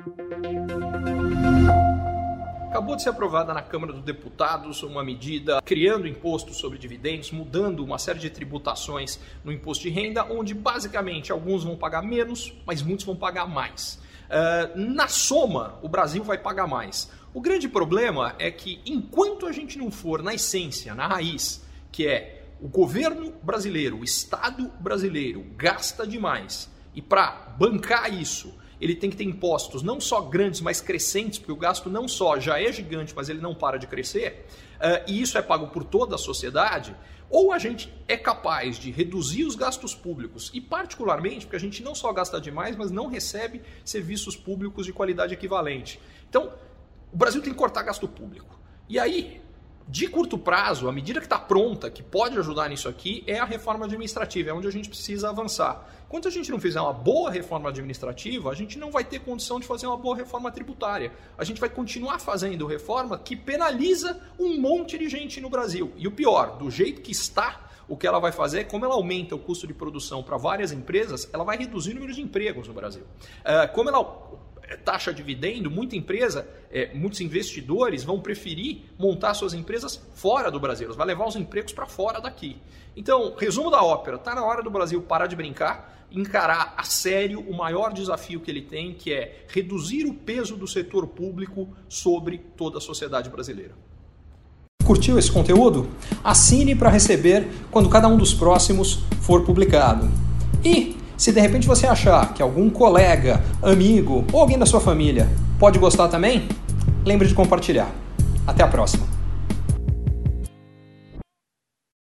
Acabou de ser aprovada na Câmara dos Deputados uma medida criando imposto sobre dividendos, mudando uma série de tributações no imposto de renda, onde basicamente alguns vão pagar menos, mas muitos vão pagar mais. Na soma, o Brasil vai pagar mais. O grande problema é que enquanto a gente não for na essência, na raiz, que é o governo brasileiro, o Estado brasileiro gasta demais, e para bancar isso, ele tem que ter impostos não só grandes, mas crescentes, porque o gasto não só já é gigante, mas ele não para de crescer, e isso é pago por toda a sociedade, ou a gente é capaz de reduzir os gastos públicos, e particularmente porque a gente não só gasta demais, mas não recebe serviços públicos de qualidade equivalente. Então, o Brasil tem que cortar gasto público. E aí, de curto prazo, a medida que está pronta, que pode ajudar nisso aqui, é a reforma administrativa, é onde a gente precisa avançar. Enquanto a gente não fizer uma boa reforma administrativa, a gente não vai ter condição de fazer uma boa reforma tributária. A gente vai continuar fazendo reforma que penaliza um monte de gente no Brasil. E o pior, do jeito que está, o que ela vai fazer, como ela aumenta o custo de produção para várias empresas, ela vai reduzir o número de empregos no Brasil. Como ela taxa dividendo, muita empresa, muitos investidores vão preferir montar suas empresas fora do Brasil, vai levar os empregos para fora daqui. Então, resumo da ópera, está na hora do Brasil parar de brincar, encarar a sério o maior desafio que ele tem, que é reduzir o peso do setor público sobre toda a sociedade brasileira. Curtiu esse conteúdo? Assine para receber quando cada um dos próximos for publicado. E se de repente você achar que algum colega, amigo ou alguém da sua família pode gostar também, lembre de compartilhar. Até a próxima!